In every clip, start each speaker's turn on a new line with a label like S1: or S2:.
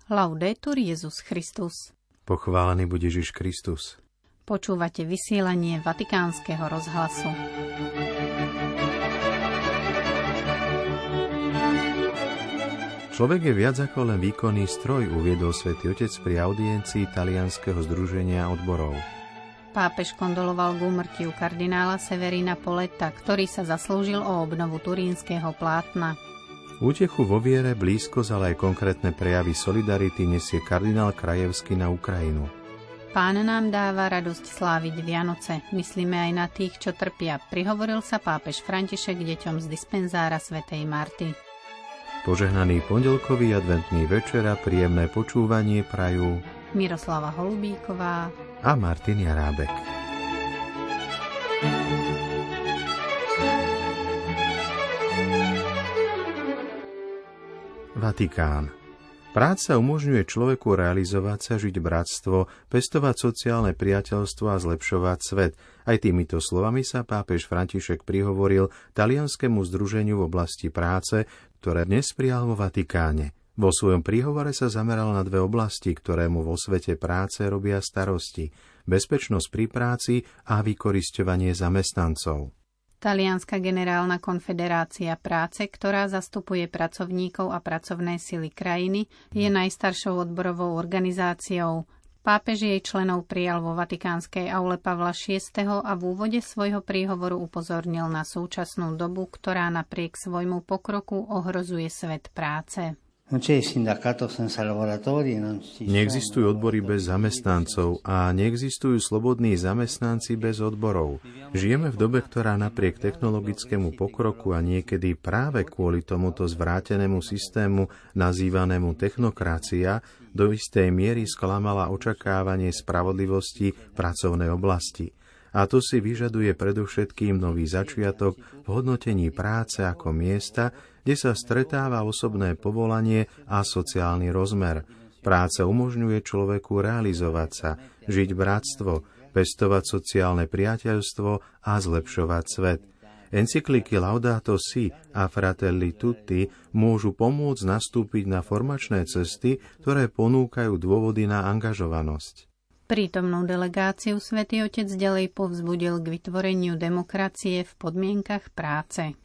S1: Laudetur Jesus Christus.
S2: Pochválený buď Ježiš Kristus.
S1: Počúvate vysielanie Vatikánskeho rozhlasu.
S2: Človek je viac ako len výkonný stroj, uviedol Svätý Otec pri audiencii Talianskeho združenia odborov.
S1: Pápež kondoloval k úmrtiu kardinála Severina Poletta, ktorý sa zaslúžil o obnovu turínskeho plátna.
S2: Útechu vo viere, blízkosť, ale aj konkrétne prejavy solidarity nesie kardinál Krajevský na Ukrajinu.
S1: Pán nám dáva radosť sláviť Vianoce. Myslíme aj na tých, čo trpia. Prihovoril sa pápež František deťom z dispenzára svätej Marty.
S2: Požehnaný pondelkový adventný večer a príjemné počúvanie prajú
S1: Miroslava Holubíková
S2: a Martin Jarábek. Vatikán. Práca umožňuje človeku realizovať sa, žiť bratstvo, pestovať sociálne priateľstvo a zlepšovať svet. Aj týmito slovami sa pápež František prihovoril Talianskému združeniu v oblasti práce, ktoré dnes prijal vo Vatikáne. Vo svojom príhovore sa zameral na dve oblasti, ktoré mu vo svete práce robia starosti: bezpečnosť pri práci a vykorisťovanie zamestnancov.
S1: Talianska generálna konfederácia práce, ktorá zastupuje pracovníkov a pracovné sily krajiny, je najstaršou odborovou organizáciou. Pápež jej členov prijal vo vatikánskej aule Pavla VI. A v úvode svojho príhovoru upozornil na súčasnú dobu, ktorá napriek svojmu pokroku ohrozuje svet práce.
S2: Neexistujú odbory bez zamestnancov a neexistujú slobodní zamestnanci bez odborov. Žijeme v dobe, ktorá napriek technologickému pokroku a niekedy práve kvôli tomuto zvrátenému systému nazývanému technokracia do istej miery sklamala očakávanie spravodlivosti pracovnej oblasti. A to si vyžaduje predovšetkým nový začiatok v hodnotení práce ako miesta, kde sa stretáva osobné povolanie a sociálny rozmer. Práca umožňuje človeku realizovať sa, žiť bratstvo, pestovať sociálne priateľstvo a zlepšovať svet. Encykliky Laudato Si a Fratelli Tutti môžu pomôcť nastúpiť na formačné cesty, ktoré ponúkajú dôvody na angažovanosť.
S1: Prítomnú delegáciu Svätý Otec ďalej povzbudil k vytvoreniu demokracie v podmienkach práce.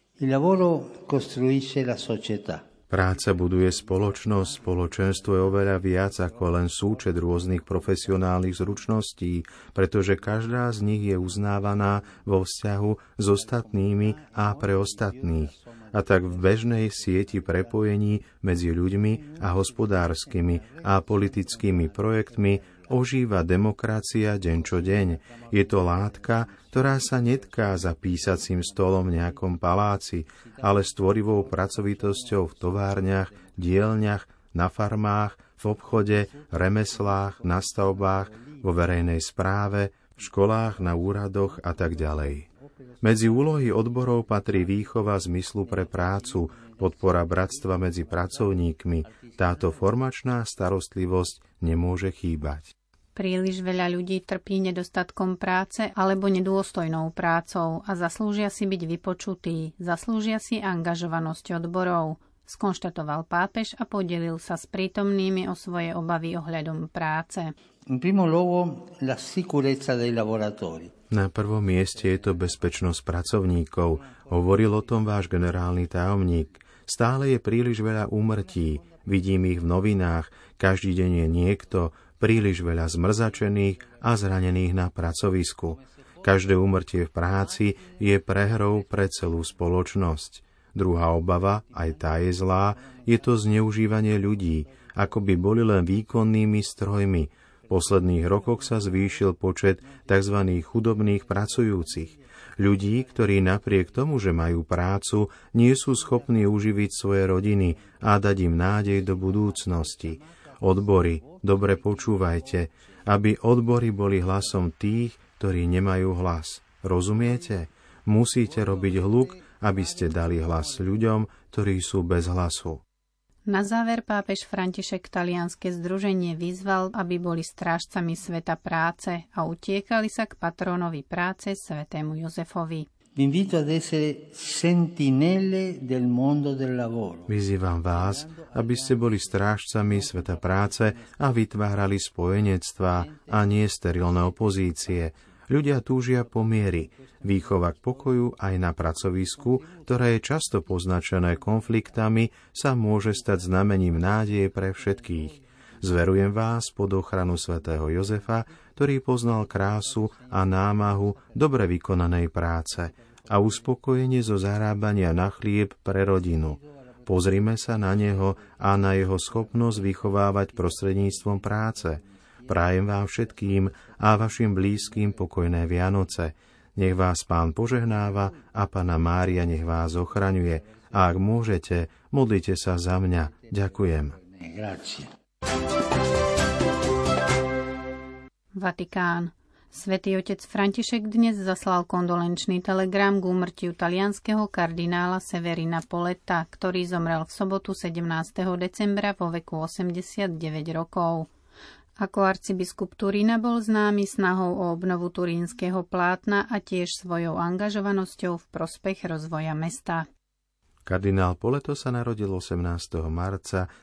S2: Práca buduje spoločnosť, spoločenstvo je oveľa viac ako len súčet rôznych profesionálnych zručností, pretože každá z nich je uznávaná vo vzťahu s ostatnými a pre ostatných. A tak v bežnej sieti prepojení medzi ľuďmi a hospodárskymi a politickými projektmi ožíva demokracia deň čo deň. Je to látka, ktorá sa netká za písacím stolom v nejakom paláci, ale s tvorivou pracovitosťou v továrniach, dielňach, na farmách, v obchode, remeslách, na stavbách, vo verejnej správe, v školách, na úradoch a tak ďalej. Medzi úlohy odborov patrí výchova zmyslu pre prácu, podpora bratstva medzi pracovníkmi. Táto formačná starostlivosť nemôže chýbať.
S1: Príliš veľa ľudí trpí nedostatkom práce alebo nedôstojnou prácou a zaslúžia si byť vypočutí, zaslúžia si angažovanosť odborov, skonštatoval pápež a podelil sa s prítomnými o svoje obavy ohľadom práce.
S2: Na prvom mieste je to bezpečnosť pracovníkov. Hovoril o tom váš generálny tajomník. Stále je príliš veľa úmrtí. Vidím ich v novinách. Každý deň je niekto, príliš veľa zmrzačených a zranených na pracovisku. Každé úmrtie v práci je prehrou pre celú spoločnosť. Druhá obava, aj tá je zlá, je to zneužívanie ľudí, ako by boli len výkonnými strojmi. V posledných rokoch sa zvýšil počet tzv. Chudobných pracujúcich. Ľudí, ktorí napriek tomu, že majú prácu, nie sú schopní uživiť svoje rodiny a dať im nádej do budúcnosti. Odbory, dobre počúvajte, aby odbory boli hlasom tých, ktorí nemajú hlas. Rozumiete? Musíte robiť hluk, aby ste dali hlas ľuďom, ktorí sú bez hlasu.
S1: Na záver pápež František talianske združenie vyzval, aby boli strážcami sveta práce a utiekali sa k patrónovi práce svätému Jozefovi.
S2: Vyzývam vás, aby ste boli strážcami sveta práce a vytvárali spojenectvá a nie sterilné opozície. Ľudia túžia po miery, výchova k pokoju aj na pracovisku, ktoré je často poznačené konfliktami, sa môže stať znamením nádeje pre všetkých. Zverujem vás pod ochranu svätého Jozefa, ktorý poznal krásu a námahu dobre vykonanej práce a uspokojenie zo zarábania na chlieb pre rodinu. Pozrime sa na neho a na jeho schopnosť vychovávať prostredníctvom práce. Prajem vám všetkým a vašim blízkym pokojné Vianoce. Nech vás Pán požehnáva a Panna Mária nech vás ochraňuje. A ak môžete, modlite sa za mňa. Ďakujem.
S1: Vatikán. Svätý otec František dnes zaslal kondolenčný telegram k úmrtiu talianskeho kardinála Severina Poletta, ktorý zomrel v sobotu 17. decembra vo veku 89 rokov. Ako arcibiskup Turína bol známy snahou o obnovu turínskeho plátna a tiež svojou angažovanosťou v prospech rozvoja mesta.
S2: Kardinál Poletto sa narodil 18. marca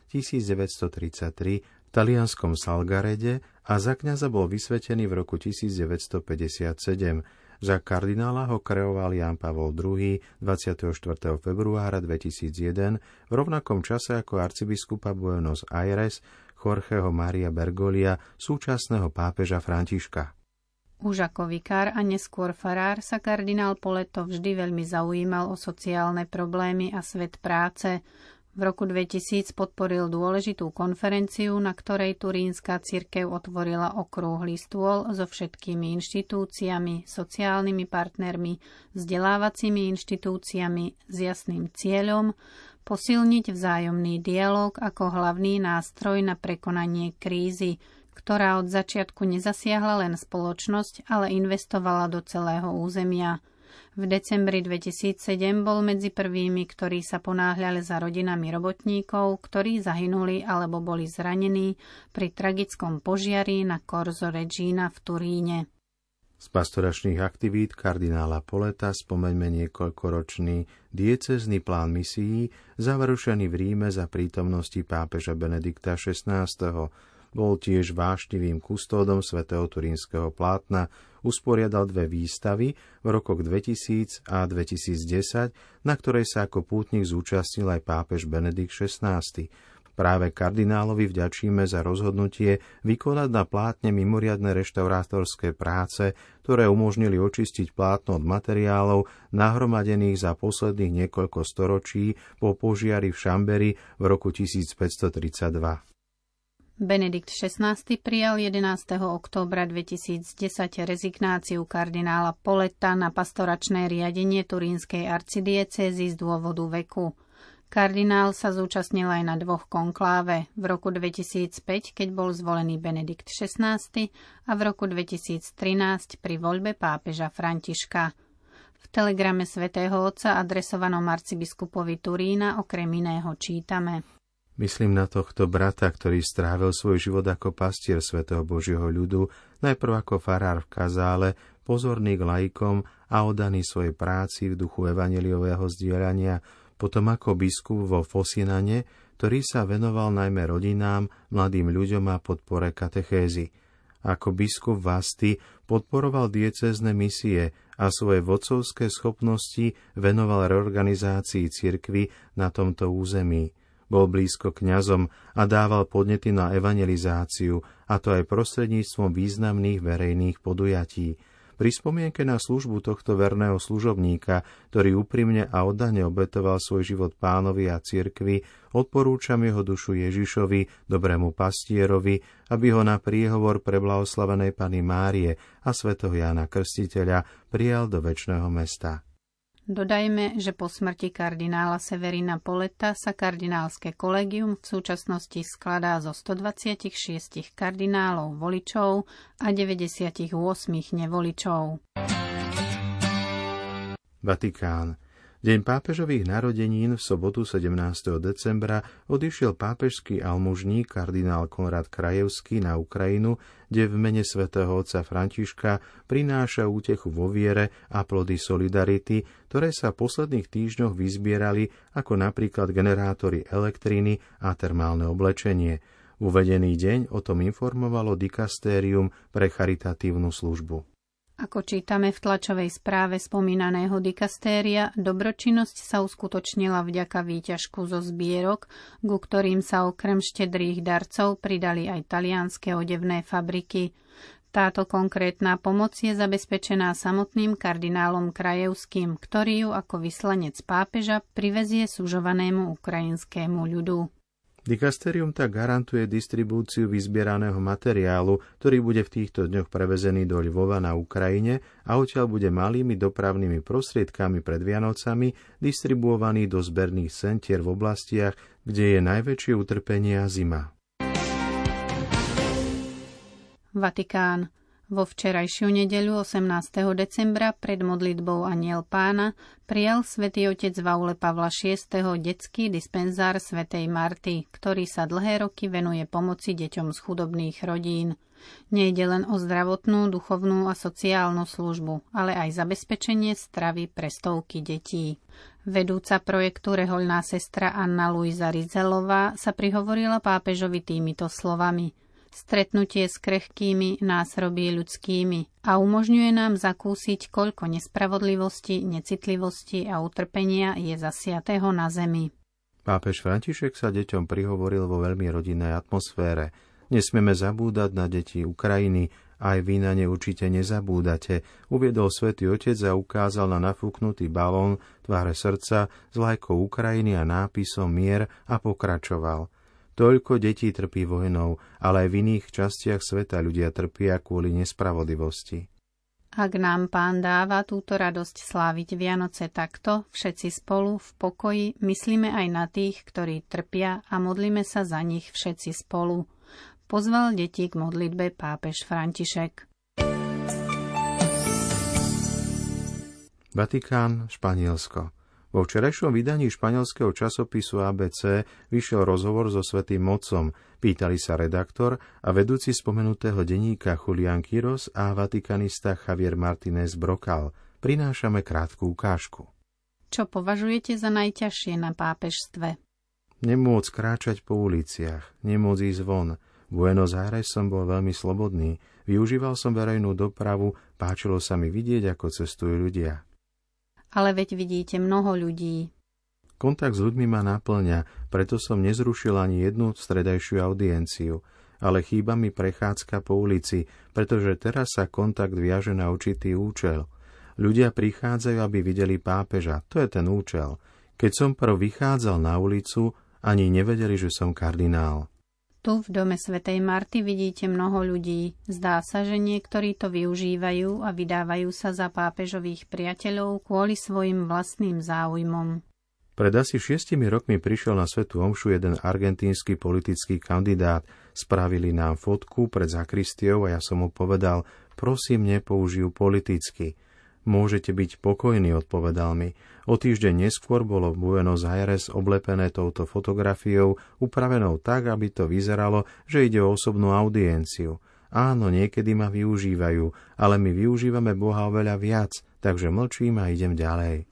S2: 1933 v talianskom Salgarede a za kňaza bol vysvetený v roku 1957. Za kardinála ho kreoval Ján Pavol II 24. februára 2001 v rovnakom čase ako arcibiskupa Buenos Aires Jorgeho Maria Bergolia, súčasného pápeža Františka.
S1: Už ako vikár a neskôr farár sa kardinál Poletto vždy veľmi zaujímal o sociálne problémy a svet práce. V roku 2000 podporil dôležitú konferenciu, na ktorej turínska cirkev otvorila okrúhly stôl so všetkými inštitúciami, sociálnymi partnermi, vzdelávacími inštitúciami s jasným cieľom posilniť vzájomný dialóg ako hlavný nástroj na prekonanie krízy, ktorá od začiatku nezasiahla len spoločnosť, ale investovala do celého územia. V decembri 2007 bol medzi prvými, ktorí sa ponáhľali za rodinami robotníkov, ktorí zahynuli alebo boli zranení pri tragickom požiari na Corso Regina v Turíne.
S2: Z pastoračných aktivít kardinála Poletta spomeňme niekoľkoročný diecézny plán misií, završený v Ríme za prítomnosti pápeža Benedikta XVI. Bol tiež vášnivým kustódom svätého turínskeho plátna, usporiadal 2 výstavy v rokoch 2000 a 2010, na ktorej sa ako pútnik zúčastnil aj pápež Benedikt XVI. Práve kardinálovi vďačíme za rozhodnutie vykonať na plátne mimoriadne reštaurátorské práce, ktoré umožnili očistiť plátno od materiálov nahromadených za posledných niekoľko storočí po požiari v Chambéry v roku 1532.
S1: Benedikt XVI prijal 11. októbra 2010 rezignáciu kardinála Poletta na pastoračné riadenie turínskej arcidiecézy z dôvodu veku. Kardinál sa zúčastnil aj na 2 konkláve, v roku 2005, keď bol zvolený Benedikt XVI a v roku 2013 pri voľbe pápeža Františka. V telegrame svätého Otca adresovanom arcibiskupovi Turína okrem iného čítame:
S2: Myslím na tohto brata, ktorý strávil svoj život ako pastier svätého Božieho ľudu, najprv ako farár v kazále, pozorný k laikom a oddaný svojej práci v duchu evanjeliového zdieľania, potom ako biskup vo Fosinane, ktorý sa venoval najmä rodinám, mladým ľuďom a podpore katechézy. Ako biskup v Asti podporoval diecézne misie a svoje vodcovské schopnosti venoval reorganizácii cirkvi na tomto území. Bol blízko kňazom a dával podnety na evangelizáciu, a to aj prostredníctvom významných verejných podujatí. Pri spomienke na službu tohto verného služobníka, ktorý úprimne a oddane obetoval svoj život Pánovi a cirkvi, odporúčam jeho dušu Ježišovi, dobrému pastierovi, aby ho na príhovor preblahoslavenej Panny Márie a svätého Jána Krstiteľa prijal do večného mesta.
S1: Dodajme, že po smrti kardinála Severina Poletta sa kardinálske kolegium v súčasnosti skladá zo 126 kardinálov voličov a 98 nevoličov.
S2: Vatikán. Deň pápežových narodenín v sobotu 17. decembra odišiel pápežský almužník kardinál Konrad Krajewski na Ukrajinu, kde v mene svätého otca Františka prináša útechu vo viere a plody solidarity, ktoré sa v posledných týždňoch vyzbierali, ako napríklad generátory elektriny a termálne oblečenie. V uvedený deň o tom informovalo dikastérium pre charitatívnu službu.
S1: Ako čítame v tlačovej správe spomínaného dikastéria, dobročinnosť sa uskutočnila vďaka výťažku zo zbierok, ku ktorým sa okrem štedrých darcov pridali aj talianske odevné fabriky. Táto konkrétna pomoc je zabezpečená samotným kardinálom Krajewským, ktorý ju ako vyslanec pápeža privezie súžovanému ukrajinskému ľudu.
S2: Dikasterium tak garantuje distribúciu vyzbieraného materiálu, ktorý bude v týchto dňoch prevezený do Lvova na Ukrajine a odtiaľ bude malými dopravnými prostriedkami pred Vianocami distribuovaný do zberných centier v oblastiach, kde je najväčšie utrpenie a zima.
S1: Vatikán. Vo včerajšiu nedeľu 18. decembra pred modlitbou Anjel Pána prijal svätý otec v aule Pavla VI. Detský dispenzár svätej Marty, ktorý sa dlhé roky venuje pomoci deťom z chudobných rodín. Nejde len o zdravotnú, duchovnú a sociálnu službu, ale aj zabezpečenie stravy pre stovky detí. Vedúca projektu rehoľná sestra Anna Luisa Rizelová sa prihovorila pápežovi týmito slovami: Stretnutie s krehkými nás robí ľudskými a umožňuje nám zakúsiť, koľko nespravodlivosti, necitlivosti a utrpenia je zasiatého na zemi.
S2: Pápež František sa deťom prihovoril vo veľmi rodinnej atmosfére. Nesmieme zabúdať na deti Ukrajiny, aj vy na ne určite nezabúdate, uviedol svätý otec a ukázal na nafúknutý balón tváre srdca s vlajkou Ukrajiny a nápisom Mier a pokračoval: Toľko detí trpí vojnou, ale aj v iných častiach sveta ľudia trpia kvôli nespravodlivosti.
S1: Ak nám Pán dáva túto radosť sláviť Vianoce takto, všetci spolu, v pokoji, myslíme aj na tých, ktorí trpia a modlíme sa za nich všetci spolu. Pozval deti k modlitbe pápež František.
S2: Vatikán, Španielsko. Vo včerajšom vydaní španielského časopisu ABC vyšiel rozhovor so svätým Otcom. Pýtali sa redaktor a vedúci spomenutého denníka Julián Quiros a vatikanista Javier Martínez Brocal. Prinášame krátku ukážku.
S1: Čo považujete za najťažšie na pápežstve?
S2: Nemôcť kráčať po uliciach, nemôcť ísť von. V Buenos Aires som bol veľmi slobodný. Využíval som verejnú dopravu, páčilo sa mi vidieť, ako cestujú ľudia.
S1: Ale veď vidíte mnoho ľudí.
S2: Kontakt s ľuďmi ma naplňa, preto som nezrušil ani jednu stredajšiu audienciu. Ale chýba mi prechádzka po ulici, pretože teraz sa kontakt viaže na určitý účel. Ľudia prichádzajú, aby videli pápeža, to je ten účel. Keď som prv vychádzal na ulicu, ani nevedeli, že som kardinál.
S1: Tu v dome svätej Marty vidíte mnoho ľudí. Zdá sa, že niektorí to využívajú a vydávajú sa za pápežových priateľov kvôli svojim vlastným záujmom.
S2: Pred asi 6 rokmi prišiel na svätú omšu jeden argentínsky politický kandidát. Spravili nám fotku pred zakristiou a ja som mu povedal: prosím, nepoužijú politicky. Môžete byť pokojní, odpovedal mi. O týždeň neskôr bolo v Buenos Aires oblepené touto fotografiou, upravenou tak, aby to vyzeralo, že ide o osobnú audienciu. Áno, niekedy ma využívajú, ale my využívame Boha oveľa viac, takže mlčím a idem ďalej.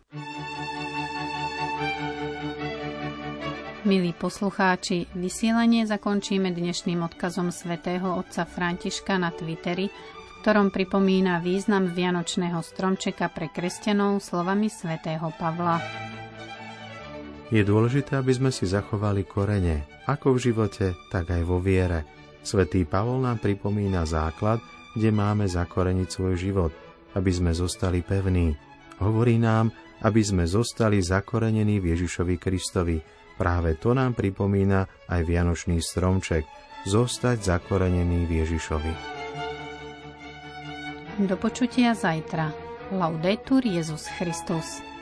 S1: Milí poslucháči, vysielanie zakončíme dnešným odkazom svätého otca Františka na Twitteri, v ktorom pripomína význam vianočného stromčeka pre kresťanov slovami svätého Pavla.
S2: Je dôležité, aby sme si zachovali korene, ako v živote, tak aj vo viere. Svätý Pavol nám pripomína základ, kde máme zakoreniť svoj život, aby sme zostali pevní. Hovorí nám, aby sme zostali zakorenení v Ježišovi Kristovi. Práve to nám pripomína aj vianočný stromček, zostať zakorenený v Ježišovi.
S1: Do počutia zajtra. Laudetur Jesus Christus.